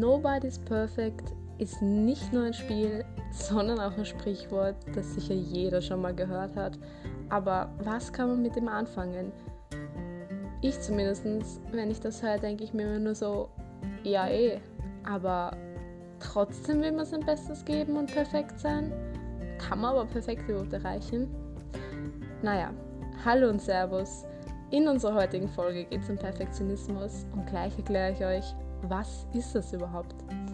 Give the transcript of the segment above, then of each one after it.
Nobody's Perfect ist nicht nur ein Spiel, sondern auch ein Sprichwort, das sicher jeder schon mal gehört hat. Aber was kann man mit dem anfangen? Ich zumindest, wenn ich das höre, denke ich mir immer nur so, ja aber trotzdem will man sein Bestes geben und perfekt sein? Kann man aber perfekt überhaupt erreichen? Naja, hallo und Servus. In unserer heutigen Folge geht es um Perfektionismus und gleich erkläre ich euch, was ist das überhaupt?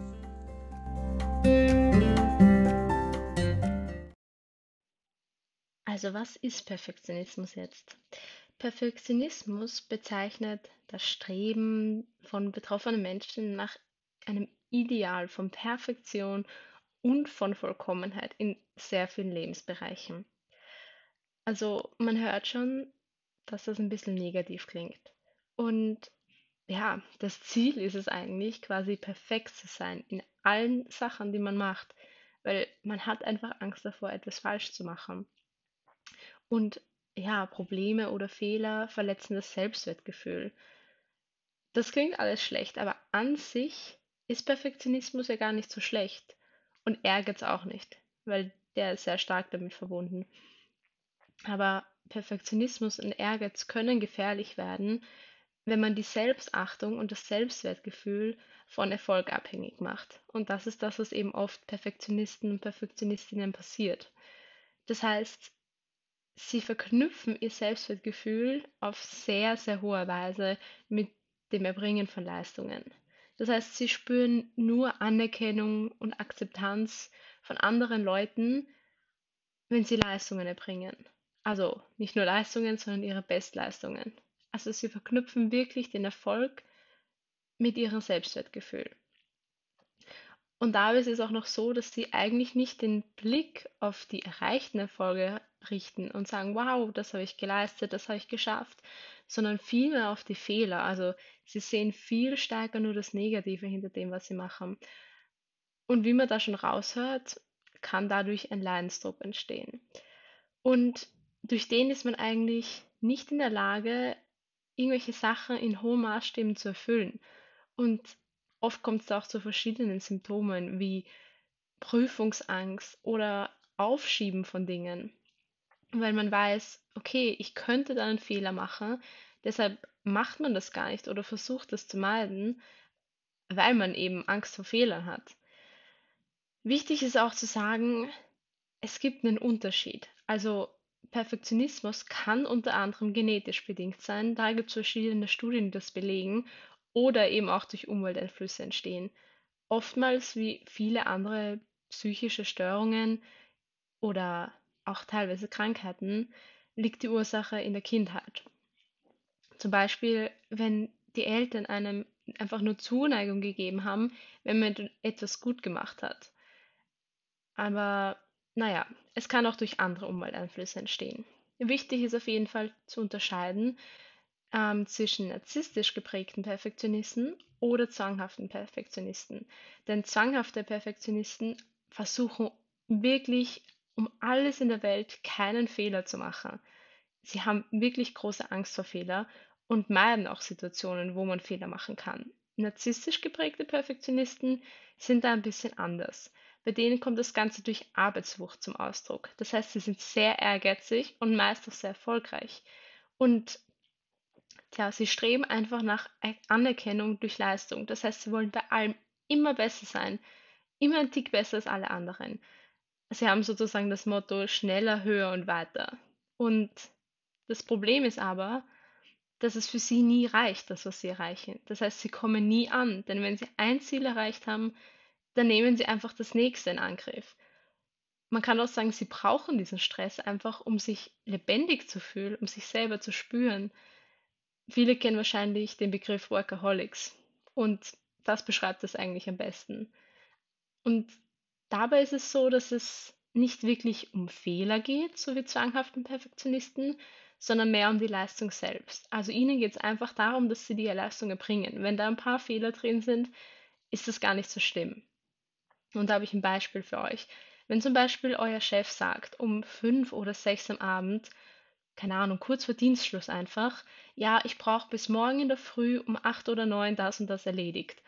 Also was ist Perfektionismus jetzt? Perfektionismus bezeichnet das Streben von betroffenen Menschen nach einem Ideal von Perfektion und von Vollkommenheit in sehr vielen Lebensbereichen. Also man hört schon, dass das ein bisschen negativ klingt. Und ja, das Ziel ist es eigentlich, quasi perfekt zu sein in allen Sachen, die man macht, weil man hat einfach Angst davor, etwas falsch zu machen. Und ja, Probleme oder Fehler verletzen das Selbstwertgefühl. Das klingt alles schlecht, aber an sich ist Perfektionismus ja gar nicht so schlecht. Und Ehrgeiz auch nicht, weil der ist sehr stark damit verbunden. Aber Perfektionismus und Ehrgeiz können gefährlich werden, wenn man die Selbstachtung und das Selbstwertgefühl von Erfolg abhängig macht. Und das ist das, was eben oft Perfektionisten und Perfektionistinnen passiert. Das heißt, sie verknüpfen ihr Selbstwertgefühl auf sehr, sehr hohe Weise mit dem Erbringen von Leistungen. Das heißt, sie spüren nur Anerkennung und Akzeptanz von anderen Leuten, wenn sie Leistungen erbringen. Also nicht nur Leistungen, sondern ihre Bestleistungen. Also sie verknüpfen wirklich den Erfolg mit ihrem Selbstwertgefühl. Und dabei ist es auch noch so, dass sie eigentlich nicht den Blick auf die erreichten Erfolge richten und sagen, wow, das habe ich geleistet, das habe ich geschafft, sondern vielmehr auf die Fehler. Also sie sehen viel stärker nur das Negative hinter dem, was sie machen. Und wie man da schon raushört, kann dadurch ein Leidensdruck entstehen. Und durch den ist man eigentlich nicht in der Lage, irgendwelche Sachen in hohen Maßstäben zu erfüllen. Und oft kommt es auch zu verschiedenen Symptomen wie Prüfungsangst oder Aufschieben von Dingen, weil man weiß, okay, ich könnte da einen Fehler machen, deshalb macht man das gar nicht oder versucht das zu meiden, weil man eben Angst vor Fehlern hat. Wichtig ist auch zu sagen, es gibt einen Unterschied. Also Perfektionismus kann unter anderem genetisch bedingt sein. Da gibt es verschiedene Studien, die das belegen. Oder eben auch durch Umwelteinflüsse entstehen. Oftmals, wie viele andere psychische Störungen oder auch teilweise Krankheiten, liegt die Ursache in der Kindheit. Zum Beispiel, wenn die Eltern einem einfach nur Zuneigung gegeben haben, wenn man etwas gut gemacht hat. Aber naja, es kann auch durch andere Umwelteinflüsse entstehen. Wichtig ist auf jeden Fall zu unterscheiden zwischen narzisstisch geprägten Perfektionisten oder zwanghaften Perfektionisten. Denn zwanghafte Perfektionisten versuchen wirklich um alles in der Welt keinen Fehler zu machen. Sie haben wirklich große Angst vor Fehler und meiden auch Situationen, wo man Fehler machen kann. Narzisstisch geprägte Perfektionisten sind da ein bisschen anders. Bei denen kommt das Ganze durch Arbeitswucht zum Ausdruck. Das heißt, sie sind sehr ehrgeizig und meist auch sehr erfolgreich. Und tja, sie streben einfach nach Anerkennung durch Leistung. Das heißt, sie wollen bei allem immer besser sein, immer ein Tick besser als alle anderen. Sie haben sozusagen das Motto schneller, höher und weiter. Und das Problem ist aber, dass es für sie nie reicht, das, was sie erreichen. Das heißt, sie kommen nie an, denn wenn sie ein Ziel erreicht haben, dann nehmen sie einfach das nächste in Angriff. Man kann auch sagen, sie brauchen diesen Stress einfach, um sich lebendig zu fühlen, um sich selber zu spüren. Viele kennen wahrscheinlich den Begriff Workaholics und das beschreibt es eigentlich am besten. Und dabei ist es so, dass es nicht wirklich um Fehler geht, so wie zwanghaften Perfektionisten, sondern mehr um die Leistung selbst. Also ihnen geht es einfach darum, dass sie die Leistung erbringen. Wenn da ein paar Fehler drin sind, ist das gar nicht so schlimm. Und da habe ich ein Beispiel für euch. Wenn zum Beispiel euer Chef sagt, um 5 oder 6 am Abend, keine Ahnung, kurz vor Dienstschluss einfach, ja, ich brauche bis morgen in der Früh um 8 oder 9 das und das erledigt.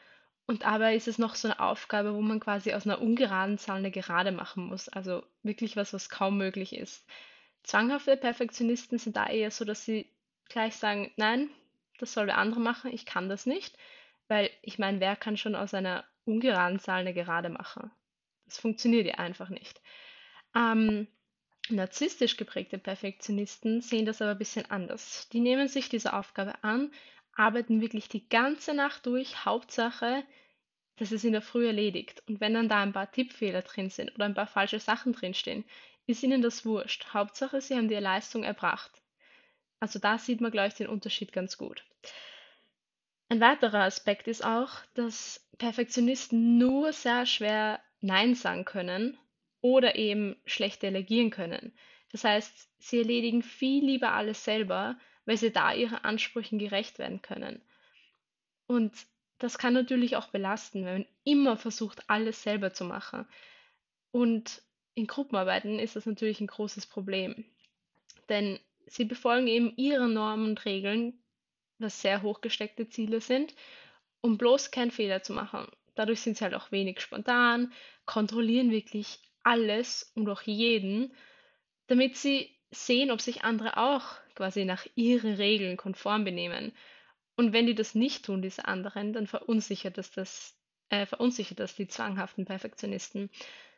Und dabei ist es noch so eine Aufgabe, wo man quasi aus einer ungeraden Zahl eine Gerade machen muss. Also wirklich was, was kaum möglich ist. Zwanghafte Perfektionisten sind da eher so, dass sie gleich sagen, nein, das soll der andere machen, ich kann das nicht. Weil ich meine, wer kann schon aus einer ungeraden Zahl eine Gerade machen? Das funktioniert ja einfach nicht. Ähm, Narzisstisch geprägte Perfektionisten sehen das aber ein bisschen anders. Die nehmen sich diese Aufgabe an, arbeiten wirklich die ganze Nacht durch, Hauptsache, das ist in der Früh erledigt. Und wenn dann da ein paar Tippfehler drin sind oder ein paar falsche Sachen drinstehen, ist ihnen das wurscht. Hauptsache, sie haben die Leistung erbracht. Also da sieht man, glaube ich, den Unterschied ganz gut. Ein weiterer Aspekt ist auch, dass Perfektionisten nur sehr schwer Nein sagen können oder eben schlecht delegieren können. Das heißt, sie erledigen viel lieber alles selber, weil sie da ihren Ansprüchen gerecht werden können. Und das kann natürlich auch belasten, wenn man immer versucht, alles selber zu machen. Und in Gruppenarbeiten ist das natürlich ein großes Problem, denn sie befolgen eben ihre Normen und Regeln, was sehr hochgesteckte Ziele sind, um bloß keinen Fehler zu machen. Dadurch sind sie halt auch wenig spontan, kontrollieren wirklich alles und auch jeden, damit sie sehen, ob sich andere auch quasi nach ihren Regeln konform benehmen. Und wenn die das nicht tun, diese anderen, dann verunsichert das die zwanghaften Perfektionisten.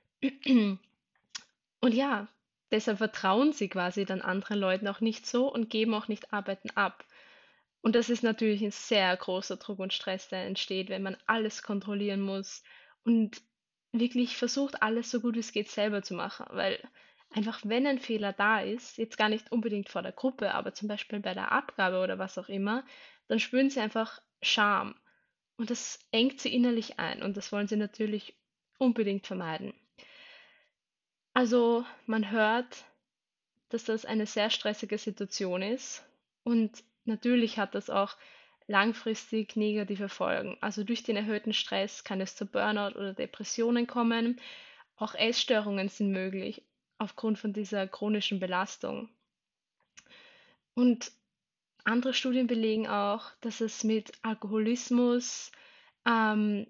Und ja, deshalb vertrauen sie quasi dann anderen Leuten auch nicht so und geben auch nicht Arbeiten ab. Und das ist natürlich ein sehr großer Druck und Stress, der entsteht, wenn man alles kontrollieren muss und wirklich versucht, alles so gut wie es geht selber zu machen. Weil einfach, wenn ein Fehler da ist, jetzt gar nicht unbedingt vor der Gruppe, aber zum Beispiel bei der Abgabe oder was auch immer, dann spüren sie einfach Scham. Und das engt sie innerlich ein und das wollen sie natürlich unbedingt vermeiden. Also man hört, dass das eine sehr stressige Situation ist und natürlich hat das auch langfristig negative Folgen. Also durch den erhöhten Stress kann es zu Burnout oder Depressionen kommen. Auch Essstörungen sind möglich aufgrund von dieser chronischen Belastung. Und andere Studien belegen auch, dass es mit Alkoholismus ähm,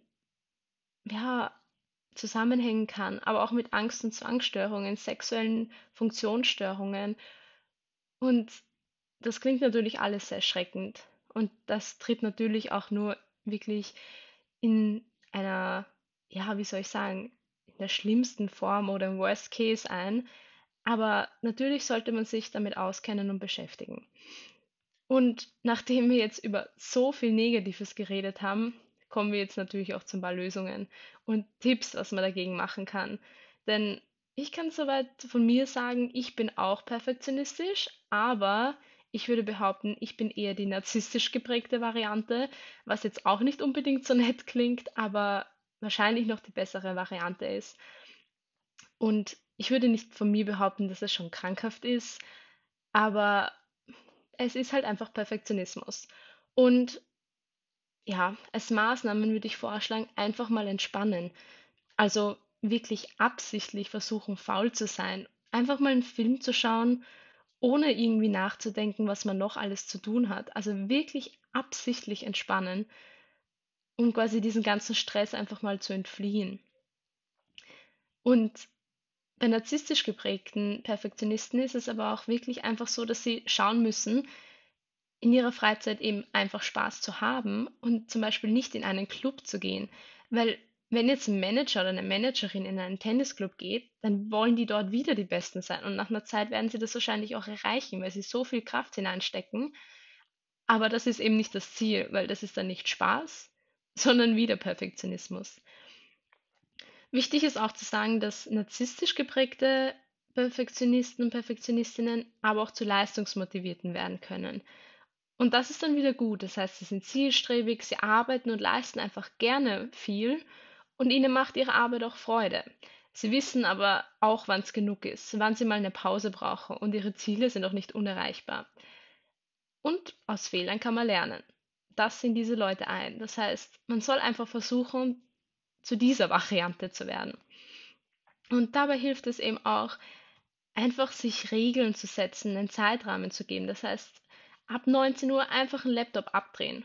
ja, zusammenhängen kann, aber auch mit Angst- und Zwangsstörungen, sexuellen Funktionsstörungen. Und das klingt natürlich alles sehr erschreckend. Und das tritt natürlich auch nur wirklich in einer, ja, wie soll ich sagen, in der schlimmsten Form oder im Worst Case ein. Aber natürlich sollte man sich damit auskennen und beschäftigen. Und nachdem wir jetzt über so viel Negatives geredet haben, kommen wir jetzt natürlich auch zu ein paar Lösungen und Tipps, was man dagegen machen kann. Denn ich kann soweit von mir sagen, ich bin auch perfektionistisch, aber ich würde behaupten, ich bin eher die narzisstisch geprägte Variante, was jetzt auch nicht unbedingt so nett klingt, aber wahrscheinlich noch die bessere Variante ist. Und ich würde nicht von mir behaupten, dass es schon krankhaft ist, aber es ist halt einfach Perfektionismus. Und ja, als Maßnahmen würde ich vorschlagen, einfach mal entspannen. Also wirklich absichtlich versuchen, faul zu sein. Einfach mal einen Film zu schauen, ohne irgendwie nachzudenken, was man noch alles zu tun hat. Also wirklich absichtlich entspannen und quasi diesen ganzen Stress einfach mal zu entfliehen. Und bei narzisstisch geprägten Perfektionisten ist es aber auch wirklich einfach so, dass sie schauen müssen, in ihrer Freizeit eben einfach Spaß zu haben und zum Beispiel nicht in einen Club zu gehen. Weil wenn jetzt ein Manager oder eine Managerin in einen Tennisclub geht, dann wollen die dort wieder die Besten sein. Und nach einer Zeit werden sie das wahrscheinlich auch erreichen, weil sie so viel Kraft hineinstecken. Aber das ist eben nicht das Ziel, weil das ist dann nicht Spaß, sondern wieder Perfektionismus. Wichtig ist auch zu sagen, dass narzisstisch geprägte Perfektionisten und Perfektionistinnen aber auch zu Leistungsmotivierten werden können. Und das ist dann wieder gut. Das heißt, sie sind zielstrebig, sie arbeiten und leisten einfach gerne viel und ihnen macht ihre Arbeit auch Freude. Sie wissen aber auch, wann es genug ist, wann sie mal eine Pause brauchen und ihre Ziele sind auch nicht unerreichbar. Und aus Fehlern kann man lernen. Das sind diese Leute ein. Das heißt, man soll einfach versuchen, zu dieser Variante zu werden. Und dabei hilft es eben auch, einfach sich Regeln zu setzen, einen Zeitrahmen zu geben. Das heißt, ab 19 Uhr einfach einen Laptop abdrehen.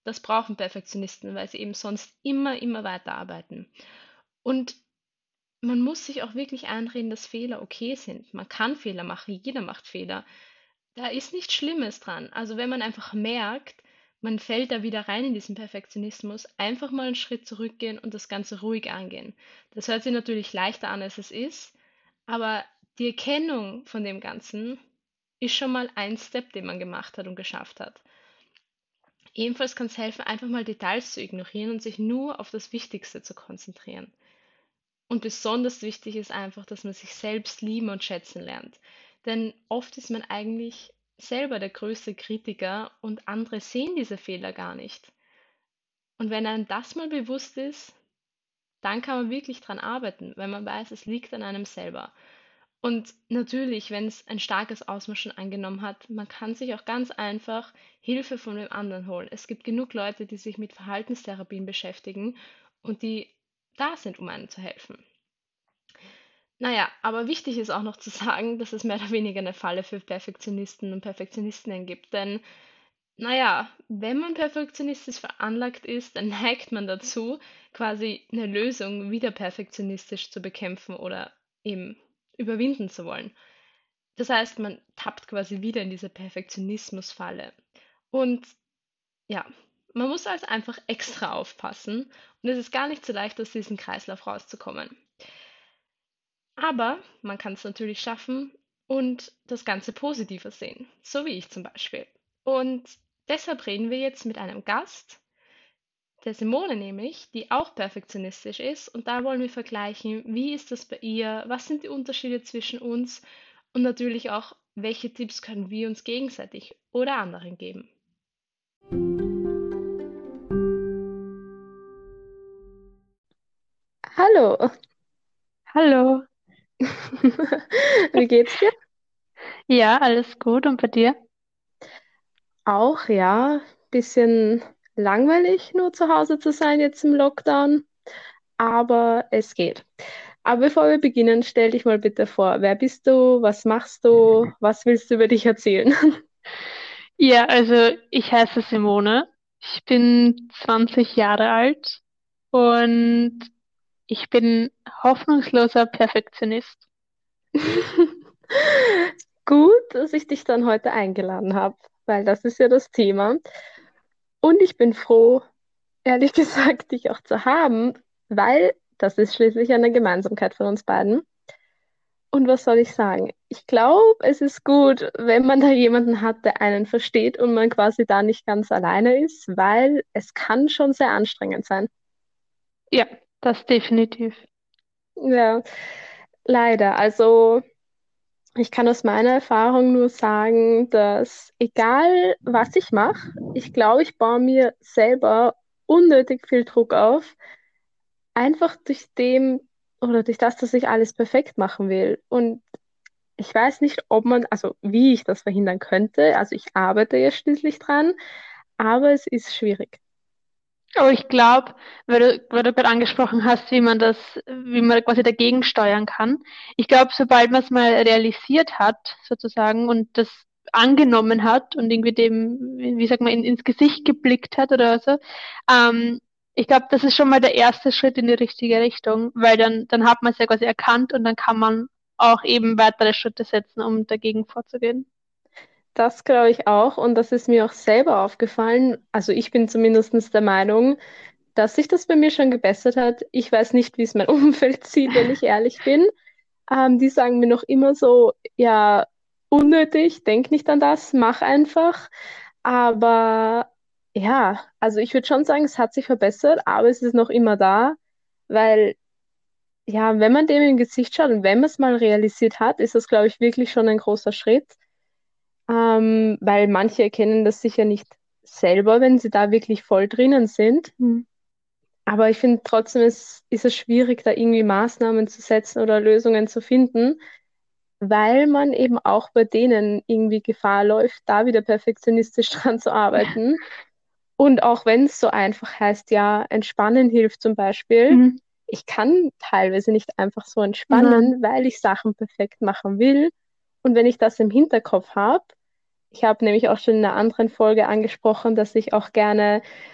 Das brauchen Perfektionisten, weil sie eben sonst immer, immer weiterarbeiten. Und man muss sich auch wirklich einreden, dass Fehler okay sind. Man kann Fehler machen, jeder macht Fehler. Da ist nichts Schlimmes dran. Also wenn man einfach merkt, man fällt da wieder rein in diesen Perfektionismus, einfach mal einen Schritt zurückgehen und das Ganze ruhig angehen. Das hört sich natürlich leichter an, als es ist, aber die Erkennung von dem Ganzen ist schon mal ein Step, den man gemacht hat und geschafft hat. Ebenfalls kann es helfen, einfach mal Details zu ignorieren und sich nur auf das Wichtigste zu konzentrieren. Und besonders wichtig ist einfach, dass man sich selbst lieben und schätzen lernt. Denn oft ist man eigentlich selber der größte Kritiker und andere sehen diese Fehler gar nicht. Und wenn einem das mal bewusst ist, dann kann man wirklich dran arbeiten, wenn man weiß, es liegt an einem selber. Und natürlich, wenn es ein starkes Ausmaß schon angenommen hat, man kann sich auch ganz einfach Hilfe von dem anderen holen. Es gibt genug Leute, die sich mit Verhaltenstherapien beschäftigen und die da sind, um einem zu helfen. Naja, aber wichtig ist auch noch zu sagen, dass es mehr oder weniger eine Falle für Perfektionisten und Perfektionistinnen gibt. Denn, naja, wenn man perfektionistisch veranlagt ist, dann neigt man dazu, quasi eine Lösung wieder perfektionistisch zu bekämpfen oder eben überwinden zu wollen. Das heißt, man tappt quasi wieder in diese Perfektionismusfalle. Und ja, man muss also einfach extra aufpassen. Und es ist gar nicht so leicht, aus diesem Kreislauf rauszukommen. Aber man kann es natürlich schaffen und das Ganze positiver sehen, so wie ich zum Beispiel. Und deshalb reden wir jetzt mit einem Gast, der Simone nämlich, die auch perfektionistisch ist. Und da wollen wir vergleichen, wie ist das bei ihr, was sind die Unterschiede zwischen uns und natürlich auch, welche Tipps können wir uns gegenseitig oder anderen geben. Hallo, Hallo. wie geht's dir? Ja, alles gut. Und bei dir? Auch, ja, bisschen langweilig nur zu Hause zu sein jetzt im Lockdown, aber es geht. Aber bevor wir beginnen, stell dich mal bitte vor, wer bist du, was machst du, was willst du über dich erzählen? Ja, also ich heiße Simone. Ich bin 20 Jahre alt und ich bin hoffnungsloser Perfektionist. Gut, dass ich dich dann heute eingeladen habe, weil das ist ja das Thema. Und ich bin froh, ehrlich gesagt, dich auch zu haben, weil das ist schließlich eine Gemeinsamkeit von uns beiden. Und was soll ich sagen? Ich glaube, es ist gut, wenn man da jemanden hat, der einen versteht und man quasi da nicht ganz alleine ist, weil es kann schon sehr anstrengend sein. Ja, das definitiv. Ja, leider. Also ich kann aus meiner Erfahrung nur sagen, dass egal was ich mache, ich glaube, ich baue mir selber unnötig viel Druck auf, einfach durch dem oder durch das, dass ich alles perfekt machen will. Und ich weiß nicht, ob man, also wie ich das verhindern könnte. Also ich arbeite ja schließlich dran, aber es ist schwierig. Aber ich glaube, weil du gerade angesprochen hast, wie man quasi dagegen steuern kann. Ich glaube, sobald man es mal realisiert hat, sozusagen, und das angenommen hat und irgendwie dem, wie sagt man, ins Gesicht geblickt hat oder so, ähm, ich glaube, das ist schon mal der erste Schritt in die richtige Richtung, weil dann hat man es ja quasi erkannt und dann kann man auch eben weitere Schritte setzen, um dagegen vorzugehen. Das glaube ich auch und das ist mir auch selber aufgefallen. Also ich bin zumindest der Meinung, dass sich das bei mir schon gebessert hat. Ich weiß nicht, wie es mein Umfeld sieht, wenn ich ehrlich bin. Die sagen mir noch immer so, ja, unnötig, denk nicht an das, mach einfach. Aber ja, also ich würde schon sagen, es hat sich verbessert, aber es ist noch immer da, weil ja, wenn man dem im Gesicht schaut und wenn man es mal realisiert hat, ist das, glaube ich, wirklich schon ein großer Schritt, weil manche erkennen das sicher nicht selber, wenn sie da wirklich voll drinnen sind. Hm. Aber ich finde trotzdem, es ist es schwierig, da irgendwie Maßnahmen zu setzen oder Lösungen zu finden, weil man eben auch bei denen irgendwie Gefahr läuft, da wieder perfektionistisch dran zu arbeiten. Und auch wenn es so einfach heißt, ja, entspannen hilft zum Beispiel, Mhm. ich kann teilweise nicht einfach so Nein. entspannen, weil ich Sachen perfekt machen will. Und wenn ich das im Hinterkopf habe, ich habe nämlich auch schon in einer anderen Folge angesprochen, dass ich auch gerne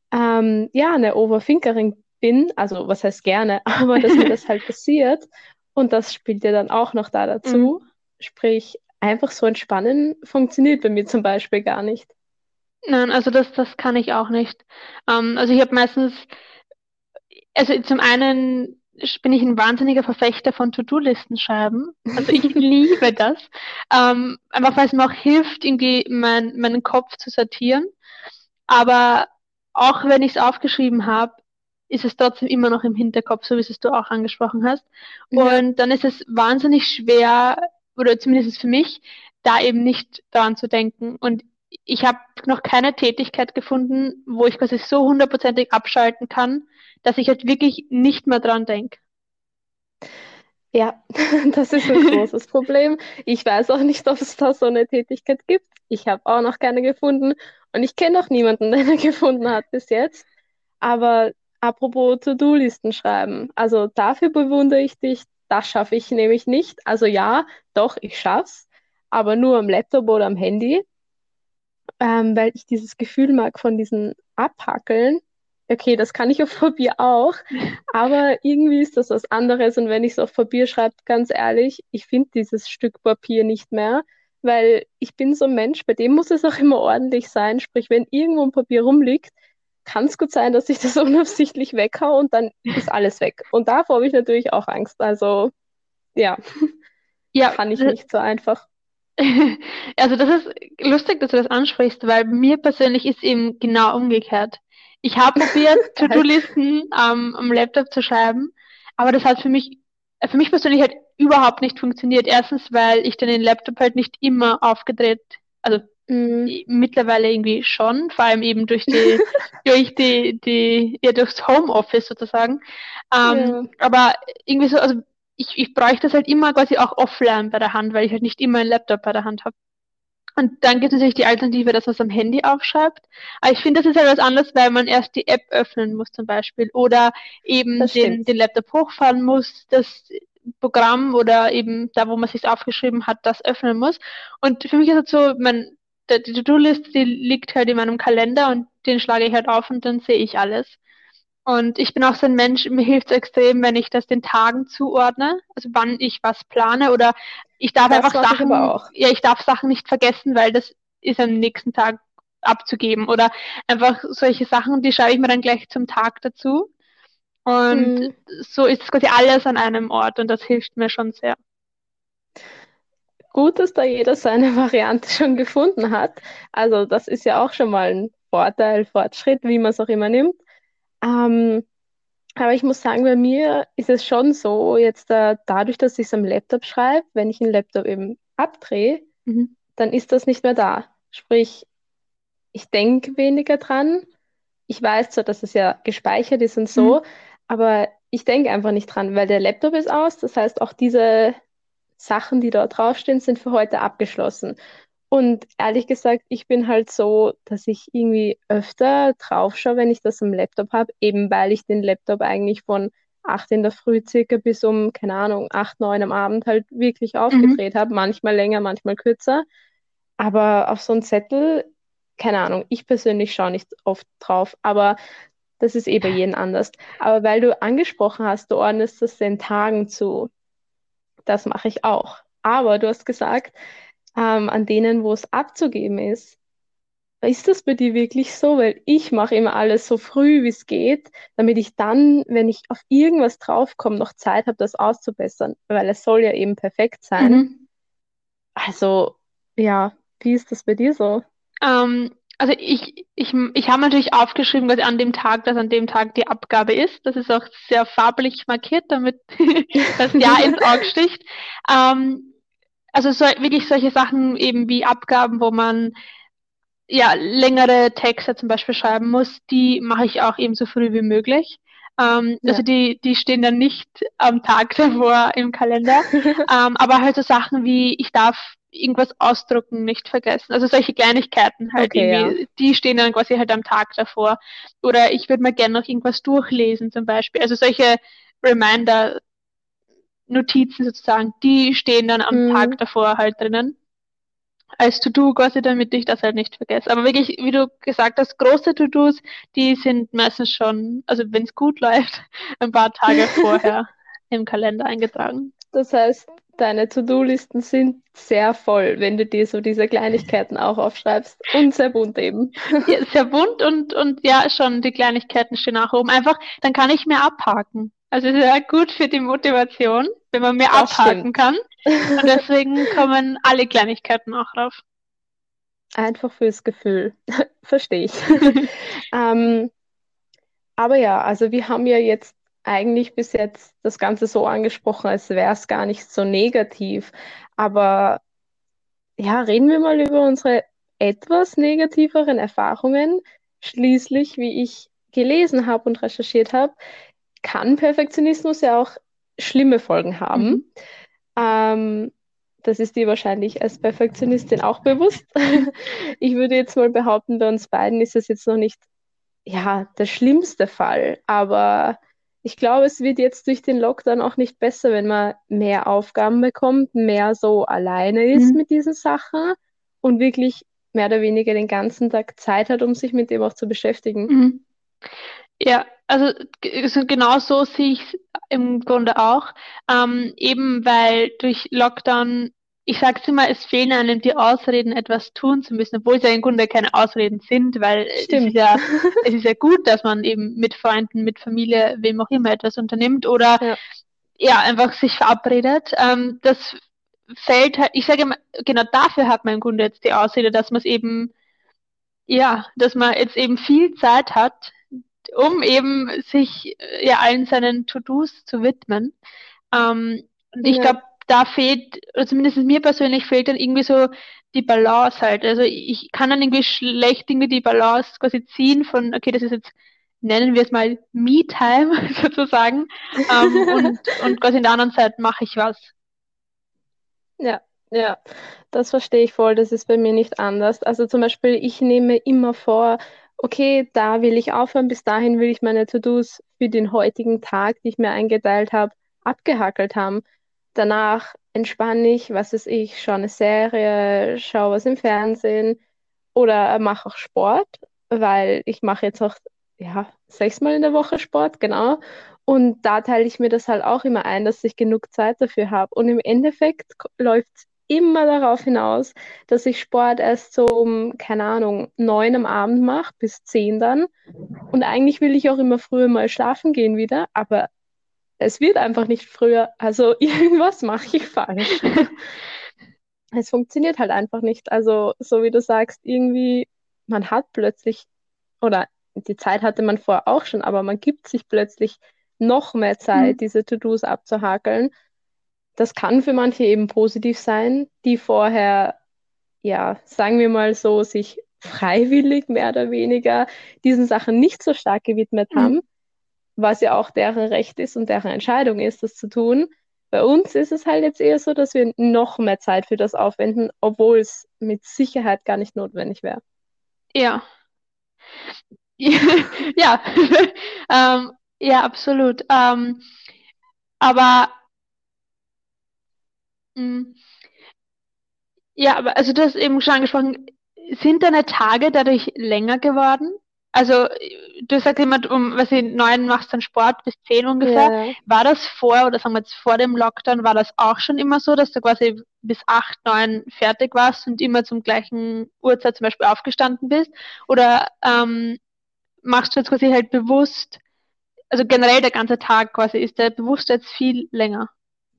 ja, eine Overthinkerin bin, also was heißt gerne, aber dass mir das halt passiert und das spielt ja dann auch noch da Mhm. dazu. Sprich, einfach so entspannen funktioniert bei mir zum Beispiel gar nicht. Nein, also das kann ich auch nicht. Also ich habe meistens, also zum einen bin ich ein wahnsinniger Verfechter von To-Do-Listen schreiben. Also ich liebe das. Einfach weil es mir auch hilft, irgendwie meinen Kopf zu sortieren. Aber auch wenn ich es aufgeschrieben habe, ist es trotzdem immer noch im Hinterkopf, so wie es du auch angesprochen hast. Ja, Und dann ist es wahnsinnig schwer, oder zumindest ist es für mich, da eben nicht daran zu denken. Und ich habe noch keine Tätigkeit gefunden, wo ich quasi so hundertprozentig abschalten kann, dass ich halt wirklich nicht mehr dran denke. ja, das ist ein großes Problem. Ich weiß auch nicht, ob es da so eine Tätigkeit gibt. Ich habe auch noch keine gefunden und ich kenne auch niemanden, der eine gefunden hat bis jetzt. Aber apropos To-Do-Listen schreiben, also dafür bewundere ich dich. Das schaffe ich nämlich nicht. Also ja, doch, ich schaff's, aber nur am Laptop oder am Handy, weil ich dieses Gefühl mag von diesen Abhackeln. Okay, das kann ich auf Papier auch, aber irgendwie ist das was anderes. Und wenn ich es auf Papier schreibe, ganz ehrlich, ich finde dieses Stück Papier nicht mehr, weil ich bin so ein Mensch, bei dem muss es auch immer ordentlich sein. Sprich, wenn irgendwo ein Papier rumliegt, kann es gut sein, dass ich das unabsichtlich weghau und dann ist alles weg. Und davor habe ich natürlich auch Angst. Also ja, Ja, kann ich nicht so einfach. also das ist lustig, dass du das ansprichst, weil mir persönlich ist eben genau umgekehrt. Ich habe probiert, Geil. To-Do-Listen am Laptop zu schreiben, aber das hat für mich persönlich halt überhaupt nicht funktioniert. Erstens, weil ich dann den Laptop halt nicht immer aufgedreht, also Mm, mittlerweile irgendwie schon, vor allem eben ja, durchs Homeoffice sozusagen. ja, Aber irgendwie so, also ich bräuchte das halt immer quasi auch offline bei der Hand, weil ich halt nicht immer einen Laptop bei der Hand habe. Und dann gibt es natürlich die Alternative, dass man es am Handy aufschreibt. Aber ich finde, das ist halt was anderes, weil man erst die App öffnen muss zum Beispiel oder eben das stimmt. den Laptop hochfahren muss, das Programm oder eben da, wo man sich aufgeschrieben hat, das öffnen muss. Und für mich ist es so, die To-Do-Liste, die liegt halt in meinem Kalender und den schlage ich halt auf und dann sehe ich alles. Und ich bin auch so ein Mensch, mir hilft es extrem, wenn ich das den Tagen zuordne, also wann ich was plane oder ich darf Das einfach mache ich aber Sachen, auch. ja, ich darf Sachen nicht vergessen, weil das ist am nächsten Tag abzugeben oder einfach solche Sachen, die schreibe ich mir dann gleich zum Tag dazu. Und Mm. so ist quasi alles an einem Ort und das hilft mir schon sehr. Gut, dass da jeder seine Variante schon gefunden hat. Also das ist ja auch schon mal ein Vorteil, Fortschritt, wie man es auch immer nimmt. Ähm, aber ich muss sagen, bei mir ist es schon so, jetzt dadurch, dass ich es am Laptop schreibe, wenn ich den Laptop eben abdrehe, Mhm. dann ist das nicht mehr da. Sprich, ich denke weniger dran. Ich weiß zwar, dass es ja gespeichert ist und Mhm. so, aber ich denke einfach nicht dran, weil der Laptop ist aus. Das heißt, auch diese Sachen, die dort draufstehen, sind für heute abgeschlossen. Und ehrlich gesagt, ich bin halt so, dass ich irgendwie öfter drauf schaue, wenn ich das am Laptop habe, eben weil ich den Laptop eigentlich von 8 in der Früh circa bis um, keine Ahnung, 8, 9 am Abend halt wirklich Mhm. aufgedreht habe. Manchmal länger, manchmal kürzer. Aber auf so einen Zettel, keine Ahnung, ich persönlich schaue nicht oft drauf, aber das ist eh bei jedem anders. Aber weil du angesprochen hast, du ordnest das den Tagen zu, das mache ich auch. Aber du hast gesagt, an denen, wo es abzugeben ist das bei dir wirklich so? Weil ich mache immer alles so früh, wie es geht, damit ich dann, wenn ich auf irgendwas draufkomme, noch Zeit habe, das auszubessern, weil es soll ja eben perfekt sein. Mhm. Also, ja, wie ist das bei dir so? Also ich habe natürlich aufgeschrieben, dass an dem Tag, dass an dem Tag die Abgabe ist. Das ist auch sehr farblich markiert, damit das Ja ins Auge sticht. Ähm, also wirklich solche Sachen eben wie Abgaben, wo man ja längere Texte zum Beispiel schreiben muss, die mache ich auch eben so früh wie möglich. Also Ja. die stehen dann nicht am Tag davor im Kalender. Aber halt so Sachen wie, ich darf irgendwas ausdrucken nicht vergessen. Also solche Kleinigkeiten halt Okay, ja. irgendwie, die stehen dann quasi halt am Tag davor. Oder ich würde mal gerne noch irgendwas durchlesen zum Beispiel. Also solche Reminder, Notizen sozusagen, die stehen dann am Tag Mm, davor halt drinnen. als To-Do quasi, damit ich das halt nicht vergesse. Aber wirklich, wie du gesagt hast, große To-Dos, die sind meistens schon, also wenn es gut läuft, ein paar Tage vorher im Kalender eingetragen. Das heißt, deine To-Do-Listen sind sehr voll, wenn du dir so diese Kleinigkeiten auch aufschreibst und sehr bunt eben. Ja, sehr bunt und ja, schon die Kleinigkeiten stehen auch oben. Einfach, dann kann ich mehr abhaken. Also es ist ja gut für die Motivation, wenn man mehr Das abhaken stimmt. kann. Und deswegen kommen alle Kleinigkeiten auch drauf. Einfach fürs Gefühl. Verstehe ich. Ähm, aber ja, also wir haben ja jetzt eigentlich bis jetzt das Ganze so angesprochen, als wäre es gar nicht so negativ. Aber ja, reden wir mal über unsere etwas negativeren Erfahrungen. Schließlich, wie ich gelesen habe und recherchiert habe, kann Perfektionismus ja auch schlimme Folgen haben. Mhm. Ähm, Das ist dir wahrscheinlich als Perfektionistin auch bewusst. Ich würde jetzt mal behaupten, bei uns beiden ist es jetzt noch nicht, ja, der schlimmste Fall, aber ich glaube, es wird jetzt durch den Lockdown auch nicht besser, wenn man mehr Aufgaben bekommt, mehr so alleine ist Mhm. mit diesen Sachen und wirklich mehr oder weniger den ganzen Tag Zeit hat, um sich mit dem auch zu beschäftigen. Mhm. Ja, also genau so sehe ich es im Grunde auch. Eben weil durch Lockdown, ich sag's immer, es fehlen einem die Ausreden, etwas tun zu müssen, obwohl es ja im Grunde keine Ausreden sind, weil Stimmt. es ist ja gut, dass man eben mit Freunden, mit Familie, wem auch immer etwas unternimmt oder Ja, ja, einfach sich verabredet. Das fällt halt, ich sage immer, genau dafür hat man im Grunde jetzt die Ausrede, dass man es eben, ja, dass man jetzt eben viel Zeit hat, um eben sich ja allen seinen To-Dos zu widmen. Und ich ja, glaube, da fehlt, oder zumindest mir persönlich fehlt dann irgendwie so die Balance halt. Also ich kann dann irgendwie schlecht irgendwie die Balance quasi ziehen von, okay, das ist jetzt, nennen wir es mal Me-Time sozusagen, und quasi in der anderen Zeit mache ich was. ja, ja, das verstehe ich voll. Das ist bei mir nicht anders. Also zum Beispiel, ich nehme immer vor, okay, da will ich aufhören, bis dahin will ich meine To-Dos für den heutigen Tag, die ich mir eingeteilt habe, abgehackelt haben. Danach entspanne ich, was weiß ich, schaue eine Serie, schaue was im Fernsehen oder mache auch Sport, weil ich mache jetzt auch, ja, 6-mal in der Woche Sport, genau. Und da teile ich mir das halt auch immer ein, dass ich genug Zeit dafür habe. Und im Endeffekt läuft es immer darauf hinaus, dass ich Sport erst so um, keine Ahnung, 9 am Abend mache, bis 10 dann. Und eigentlich will ich auch immer früher mal schlafen gehen wieder, aber es wird einfach nicht früher. Also irgendwas mache ich falsch. Es funktioniert halt einfach nicht. Also, so wie du sagst, irgendwie, man hat plötzlich, oder die Zeit hatte man vorher auch schon, aber man gibt sich plötzlich noch mehr Zeit, Mhm. diese To-Dos abzuhakeln. Das kann für manche eben positiv sein, die vorher, ja, sagen wir mal so, sich freiwillig mehr oder weniger diesen Sachen nicht so stark gewidmet haben, Mhm. was ja auch deren Recht ist und deren Entscheidung ist, das zu tun. Bei uns ist es halt jetzt eher so, dass wir noch mehr Zeit für das aufwenden, obwohl es mit Sicherheit gar nicht notwendig wäre. Ja. Ja, ja, absolut. Aber mh, ja, aber also du hast eben schon angesprochen, sind deine Tage dadurch länger geworden? Also du sagst immer, um, was ich 9 machst dann Sport bis 10 ungefähr. Ja, War das vor oder sagen wir jetzt vor dem Lockdown, war das auch schon immer so, dass du quasi bis 8, 9 fertig warst und immer zum gleichen Uhrzeit zum Beispiel aufgestanden bist? Oder machst du jetzt quasi halt bewusst, also generell der ganze Tag quasi, ist der bewusst jetzt viel länger?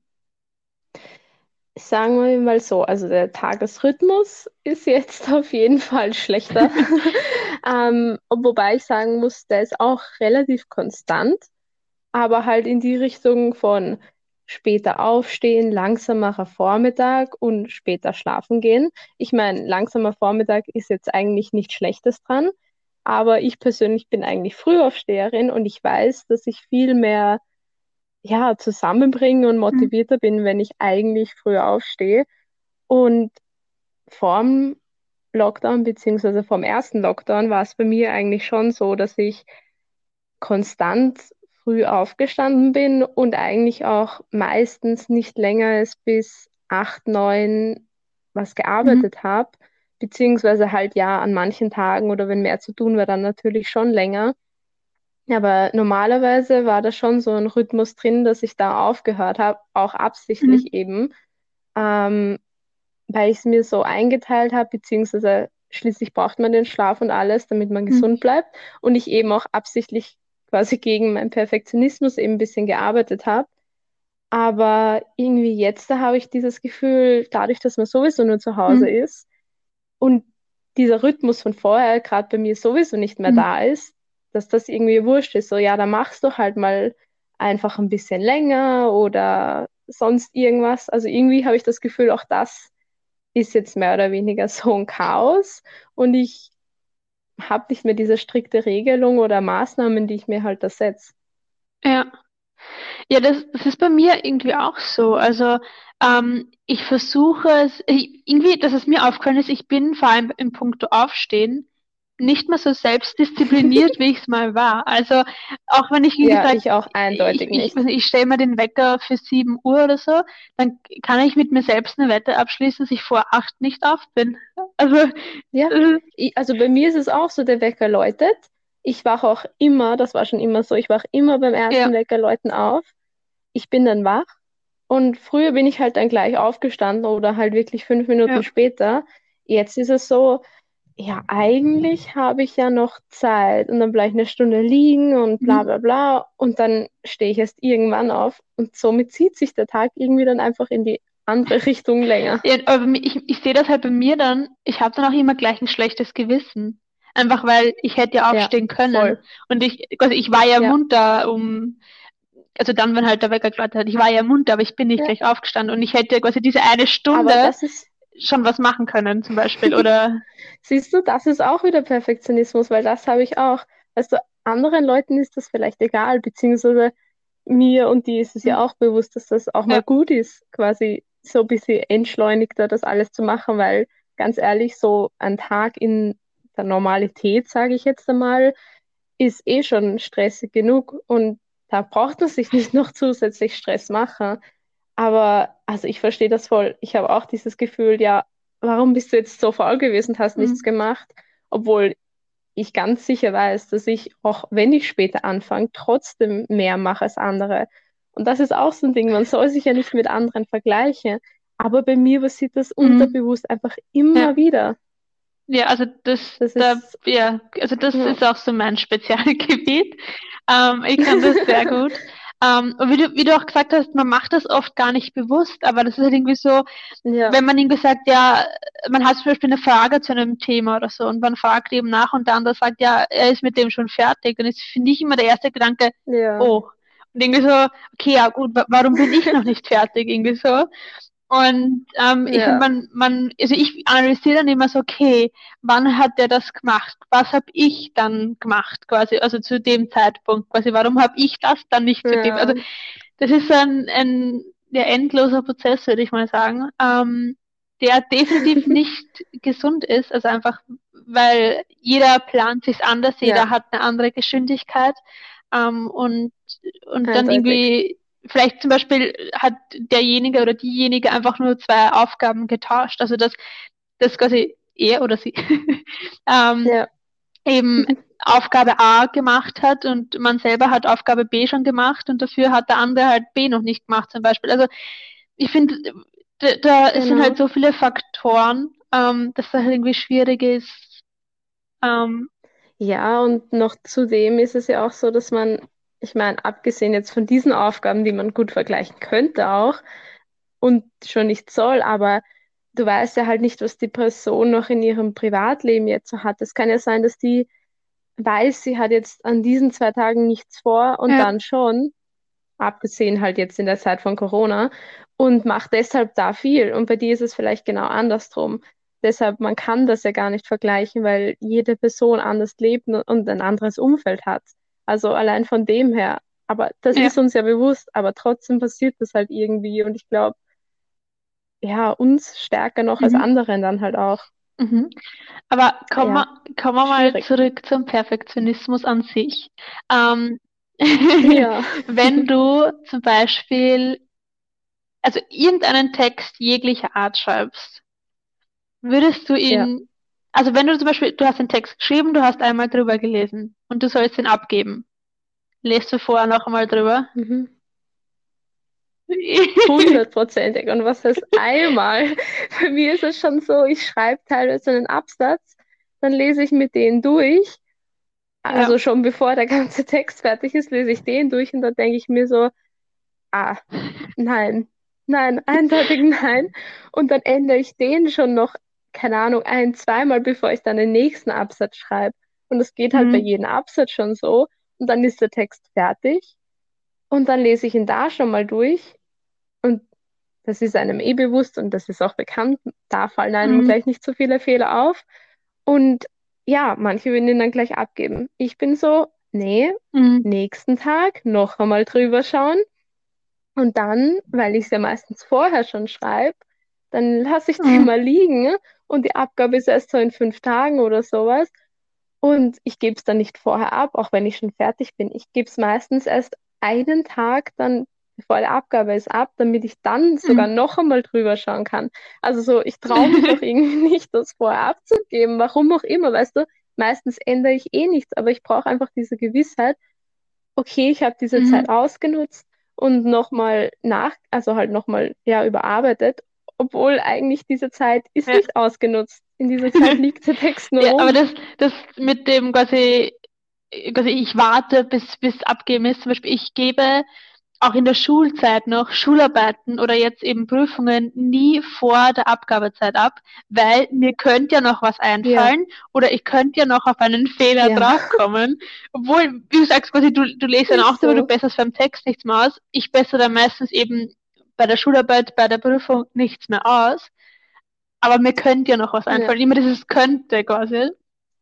sagen wir mal so, also der Tagesrhythmus ist jetzt auf jeden Fall schlechter. Wobei ich sagen muss, der ist auch relativ konstant, aber halt in die Richtung von später aufstehen, langsamerer Vormittag und später schlafen gehen. Ich meine, langsamer Vormittag ist jetzt eigentlich nichts Schlechtes dran, aber ich persönlich bin eigentlich Frühaufsteherin und ich weiß, dass ich viel mehr, ja, zusammenbringen und Mhm. motivierter bin, wenn ich eigentlich früher aufstehe. Und vorm Lockdown, beziehungsweise vorm ersten Lockdown, war es bei mir eigentlich schon so, dass ich konstant früh aufgestanden bin und eigentlich auch meistens nicht länger als bis 8, 9 was Mhm. gearbeitet habe, beziehungsweise halt ja an manchen Tagen oder wenn mehr zu tun war, dann natürlich schon länger. Aber normalerweise war da schon so ein Rhythmus drin, dass ich da aufgehört habe, auch Mhm. absichtlich eben, ähm, weil ich es mir so eingeteilt habe, beziehungsweise schließlich braucht man den Schlaf und alles, damit man Mhm. gesund bleibt. Und ich eben auch absichtlich quasi gegen meinen Perfektionismus eben ein bisschen gearbeitet habe. Aber irgendwie jetzt, da habe ich dieses Gefühl, dadurch, dass man sowieso nur zu Hause Mhm. ist und dieser Rhythmus von vorher gerade bei mir sowieso nicht mehr Mhm. da ist, dass das irgendwie wurscht ist. So, ja, dann machst du halt mal einfach ein bisschen länger oder sonst irgendwas. Also irgendwie habe ich das Gefühl, auch das ist jetzt mehr oder weniger so ein Chaos und ich habe nicht mehr diese strikte Regelung oder Maßnahmen, die ich mir halt da setze. Ja. Ja, das ist bei mir irgendwie auch so. Also ich versuche es, irgendwie, dass es mir aufgefallen ist, ich bin vor allem im Punkto Aufstehen nicht mehr so selbstdiszipliniert, wie ich es mal war. Also auch wenn ich, wie Ja, gesagt, ich auch eindeutig weiß nicht. nicht, ich stelle mir den Wecker für 7 Uhr oder so, dann kann ich mit mir selbst eine Wette abschließen, dass ich vor 8 nicht auf bin. Also Ja, äh, also bei mir ist es auch so, der Wecker läutet. Ich wache auch immer, das war schon immer so, ich wache immer beim ersten ja, Weckerläuten auf. Ich bin dann wach und früher bin ich halt dann gleich aufgestanden oder halt wirklich 5 Minuten ja. später. Jetzt ist es so, ja, eigentlich habe ich ja noch Zeit und dann bleibe ich eine Stunde liegen und bla Mhm. bla bla und dann stehe ich erst irgendwann auf und somit zieht sich der Tag irgendwie dann einfach in die andere Richtung länger. Ja, aber ich sehe das halt bei mir dann, ich habe dann auch immer gleich ein schlechtes Gewissen. Einfach weil ich hätte ja Ja, aufstehen können. voll. Und also ich war ja Ja, munter, also dann, wenn halt der Wecker geläutet hat, ich war ja munter, aber ich bin nicht ja. gleich aufgestanden und ich hätte quasi diese eine Aber Stunde das ist, schon was machen können, zum Beispiel. Oder siehst du, das ist auch wieder Perfektionismus, weil das habe ich auch. Weißt du, anderen Leuten ist das vielleicht egal, beziehungsweise mir und die ist es ja auch bewusst, dass das auch ja, mal gut ist, quasi so ein bisschen entschleunigter das alles zu machen, weil ganz ehrlich, so ein Tag in der Normalität, sage ich jetzt einmal, ist eh schon stressig genug und da braucht man sich nicht noch zusätzlich Stress machen. Aber also ich verstehe das voll. Ich habe auch dieses Gefühl, ja, warum bist du jetzt so faul gewesen und hast nichts hm, gemacht? Obwohl ich ganz sicher weiß, dass ich, auch wenn ich später anfange, trotzdem mehr mache als andere. Und das ist auch so ein Ding, man soll sich ja nicht mit anderen vergleichen. Aber bei mir passiert das hm, unterbewusst einfach ja. immer wieder. Ja, also Das ist, das ja, ist auch so mein Spezialgebiet. Ich kann das sehr gut. Und wie du auch gesagt hast, man macht das oft gar nicht bewusst, aber das ist halt irgendwie so, ja, wenn man irgendwie sagt, ja, man hat zum Beispiel eine Frage zu einem Thema oder so und man fragt eben nach und der andere sagt, ja, er ist mit dem schon fertig, dann ist, finde ich immer der erste Gedanke, ja, oh. Und irgendwie so, okay, ja gut, warum bin ich noch nicht fertig? Irgendwie so. Und ich finde, ja, also ich analysiere dann immer so, okay, wann hat der das gemacht? Was habe ich dann gemacht, quasi, also zu dem Zeitpunkt, quasi, warum habe ich das dann nicht zu dem? Also ja, das ist so ein ja, endloser Prozess, würde ich mal sagen, der definitiv nicht gesund ist, also einfach, weil jeder plant sich anders, ja, jeder hat eine andere Geschwindigkeit und, und dann eindeutig. irgendwie vielleicht zum Beispiel hat derjenige oder diejenige einfach nur zwei Aufgaben getauscht. Also dass quasi er oder sie ähm, Ja, eben Aufgabe A gemacht hat und man selber hat Aufgabe B schon gemacht und dafür hat der andere halt B noch nicht gemacht zum Beispiel. Also ich finde, da sind halt genau. so viele Faktoren, dass das halt irgendwie schwierig ist. Ähm, Ja, und noch zudem ist es ja auch so, dass man, ich meine, abgesehen jetzt von diesen Aufgaben, die man gut vergleichen könnte auch und schon nicht soll, aber du weißt ja halt nicht, was die Person noch in ihrem Privatleben jetzt so hat. Es kann ja sein, dass die weiß, sie hat jetzt an diesen 2 Tagen nichts vor und ja, dann schon, abgesehen halt jetzt in der Zeit von Corona, und macht deshalb da viel. Und bei dir ist es vielleicht genau andersrum. Deshalb, man kann das ja gar nicht vergleichen, weil jede Person anders lebt und ein anderes Umfeld hat. Also allein von dem her. Aber das ja. ist uns ja bewusst, aber trotzdem passiert das halt irgendwie. Und ich glaube, ja, uns stärker noch als Mhm. anderen dann halt auch. Mhm. Aber Ja, kommen wir mal schwierig. zurück zum Perfektionismus an sich. Ähm, Ja, wenn du zum Beispiel, also irgendeinen Text jeglicher Art schreibst, Würdest du Ja. ihn, also wenn du zum Beispiel, du hast den Text geschrieben, du hast einmal drüber gelesen und du sollst ihn abgeben, lest du vorher noch einmal drüber? Mhm. 100%ig. Und was heißt einmal? Bei mir ist es schon so, ich schreibe teilweise einen Absatz, dann lese ich mit denen durch. Ja. Also schon bevor der ganze Text fertig ist, lese ich den durch und dann denke ich mir so, nein, nein, eindeutig nein. Und dann ändere ich den schon noch, keine Ahnung, zweimal, bevor ich dann den nächsten Absatz schreibe. Und das geht halt bei Mhm. jedem Absatz schon so. Und dann ist der Text fertig und dann lese ich ihn da schon mal durch. Und das ist einem eh bewusst und das ist auch bekannt. Da fallen einem Mhm. gleich nicht so viele Fehler auf. Und ja, manche würden ihn dann gleich abgeben. Ich bin so, nee, Mhm. nächsten Tag noch einmal drüber schauen. Und dann, weil ich es ja meistens vorher schon schreibe, dann lasse ich den Mhm. mal liegen und die Abgabe ist erst so in 5 Tagen oder sowas. Und ich gebe es dann nicht vorher ab, auch wenn ich schon fertig bin. Ich gebe es meistens erst einen Tag dann, bevor die Abgabe ist, ab, damit ich dann sogar Mhm. noch einmal drüber schauen kann. Also so, ich traue mich auch irgendwie nicht, das vorher abzugeben, warum auch immer, weißt du. Meistens ändere ich eh nichts, aber ich brauche einfach diese Gewissheit, okay, ich habe diese Zeit Mhm. ausgenutzt und nochmal also halt nochmal, ja, überarbeitet, obwohl eigentlich diese Zeit ist Ja. nicht ausgenutzt. In dieser Zeit liegt der Text nur Ja, aber rum. das mit dem quasi ich warte, bis abgeben ist. Zum Beispiel, ich gebe auch in der Schulzeit noch Schularbeiten oder jetzt eben Prüfungen nie vor der Abgabezeit ab, weil mir könnte ja noch was Ja, einfallen oder ich könnte ja noch auf einen Fehler ja, draufkommen. Obwohl, wie du sagst, quasi du lest dann auch ist drüber, du so. besserst beim Text nichts mehr aus. Ich bessere dann meistens eben bei der Schularbeit, bei der Prüfung nichts mehr aus. Aber mir könnte ja noch was Ja, einfallen. Immer dieses könnte quasi.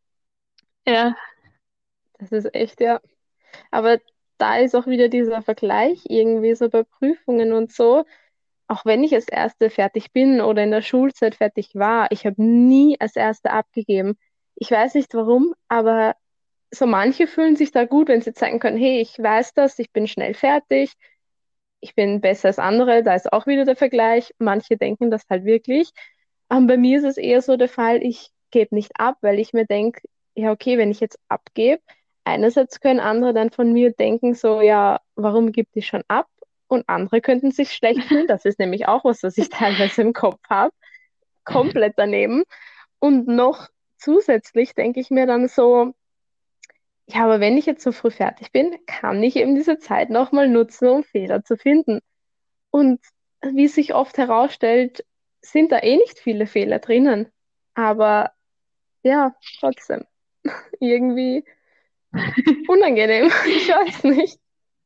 Ja. das ist echt, ja. Aber da ist auch wieder dieser Vergleich irgendwie so bei Prüfungen und so. Auch wenn ich als Erste fertig bin oder in der Schulzeit fertig war, ich habe nie als Erste abgegeben. Ich weiß nicht warum, aber so manche fühlen sich da gut, wenn sie zeigen können, hey, ich weiß das, ich bin schnell fertig, ich bin besser als andere, da ist auch wieder der Vergleich. Manche denken das halt wirklich. Bei mir ist es eher so der Fall, ich gebe nicht ab, weil ich mir denke, ja, okay, wenn ich jetzt abgebe, einerseits können andere dann von mir denken, so, ja, warum gibt die schon ab? Und andere könnten sich schlecht fühlen. Das ist nämlich auch was, was ich teilweise im Kopf habe. Komplett daneben. Und noch zusätzlich denke ich mir dann so, ja, aber wenn ich jetzt so früh fertig bin, kann ich eben diese Zeit nochmal nutzen, um Fehler zu finden. Und wie sich oft herausstellt, sind da eh nicht viele Fehler drinnen. Aber ja, trotzdem, irgendwie unangenehm. Ich weiß nicht.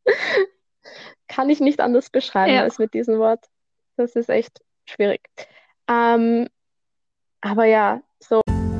Kann ich nicht anders beschreiben Ja. als mit diesem Wort. Das ist echt schwierig. Ähm, aber ja, so.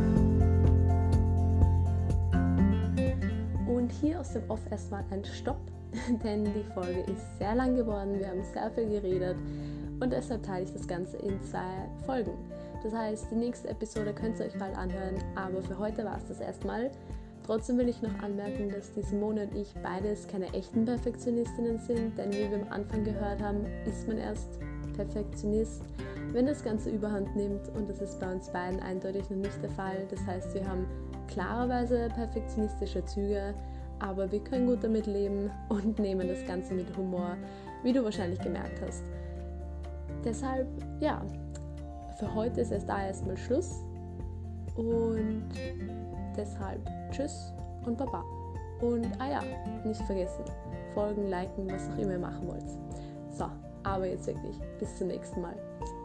Und hier aus dem Off erstmal ein Stopp, denn die Folge ist sehr lang geworden. Wir haben sehr viel geredet und deshalb teile ich das Ganze in 2 Folgen. Das heißt, die nächste Episode könnt ihr euch bald anhören, aber für heute war es das erstmal. Trotzdem will ich noch anmerken, dass die Simone und ich beides keine echten Perfektionistinnen sind, denn wie wir am Anfang gehört haben, ist man erst Perfektionist, wenn das Ganze überhand nimmt, und das ist bei uns beiden eindeutig noch nicht der Fall. Das heißt, wir haben klarerweise perfektionistische Züge, aber wir können gut damit leben und nehmen das Ganze mit Humor, wie du wahrscheinlich gemerkt hast. Deshalb, ja, für heute ist es da erstmal Schluss und deshalb tschüss und baba. Und ja, nicht vergessen, folgen, liken, was auch immer ihr machen wollt. So, aber jetzt wirklich, bis zum nächsten Mal.